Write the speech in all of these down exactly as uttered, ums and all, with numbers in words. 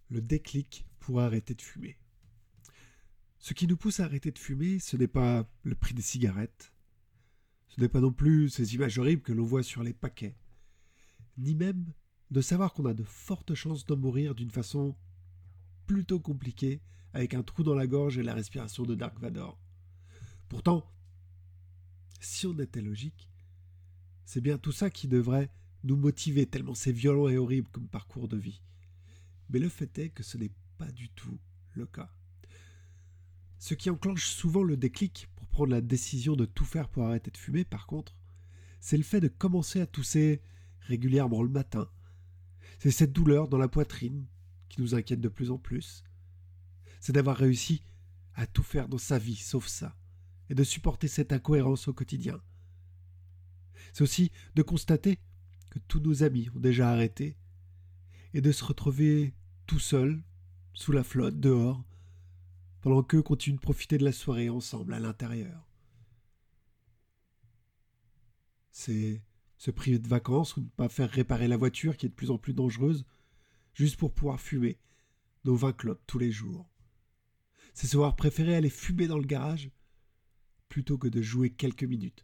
le déclic pour arrêter de fumer. Ce qui nous pousse à arrêter de fumer, ce n'est pas le prix des cigarettes, ce n'est pas non plus ces images horribles que l'on voit sur les paquets, ni même de savoir qu'on a de fortes chances de mourir d'une façon plutôt compliquée, avec un trou dans la gorge et la respiration de Dark Vador. Pourtant, si on était logique, c'est bien tout ça qui devrait nous motiver, tellement c'est violent et horrible comme parcours de vie. Mais le fait est que ce n'est pas du tout le cas. Ce qui enclenche souvent le déclic pour prendre la décision de tout faire pour arrêter de fumer, par contre, c'est le fait de commencer à tousser régulièrement le matin. C'est cette douleur dans la poitrine qui nous inquiète de plus en plus. C'est d'avoir réussi à tout faire dans sa vie sauf ça, et de supporter cette incohérence au quotidien. C'est aussi de constater que tous nos amis ont déjà arrêté, et de se retrouver tout seul, sous la flotte, dehors, pendant qu'eux continuent de profiter de la soirée ensemble à l'intérieur. C'est se priver de vacances ou ne pas faire réparer la voiture qui est de plus en plus dangereuse, juste pour pouvoir fumer nos vingt clopes tous les jours. C'est se voir préférer aller fumer dans le garage plutôt que de jouer quelques minutes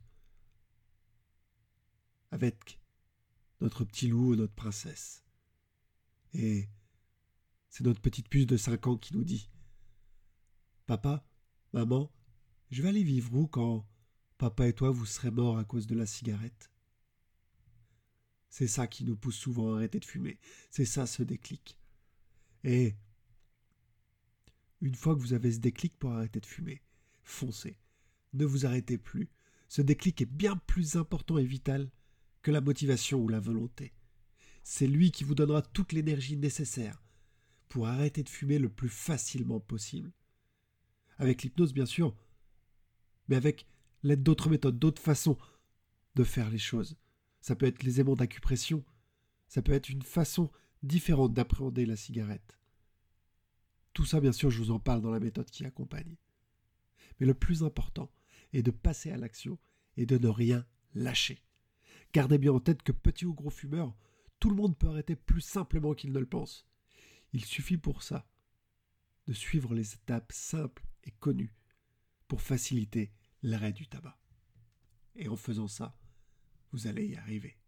avec notre petit loup ou notre princesse. Et c'est notre petite puce de cinq ans qui nous dit « Papa, maman, je vais aller vivre où quand papa et toi vous serez morts à cause de la cigarette ?» C'est ça qui nous pousse souvent à arrêter de fumer. C'est ça ce déclic. Et une fois que vous avez ce déclic pour arrêter de fumer, foncez. Ne vous arrêtez plus. Ce déclic est bien plus important et vital que la motivation ou la volonté. C'est lui qui vous donnera toute l'énergie nécessaire pour arrêter de fumer le plus facilement possible. Avec l'hypnose, bien sûr, mais avec l'aide d'autres méthodes, d'autres façons de faire les choses. Ça peut être les aimants d'acupression, ça peut être une façon différente d'appréhender la cigarette. Tout ça, bien sûr, je vous en parle dans la méthode qui accompagne. Mais le plus important est de passer à l'action et de ne rien lâcher. Gardez bien en tête que petit ou gros fumeur, tout le monde peut arrêter plus simplement qu'il ne le pense. Il suffit pour ça de suivre les étapes simples et connues pour faciliter l'arrêt du tabac. Et en faisant ça, vous allez y arriver.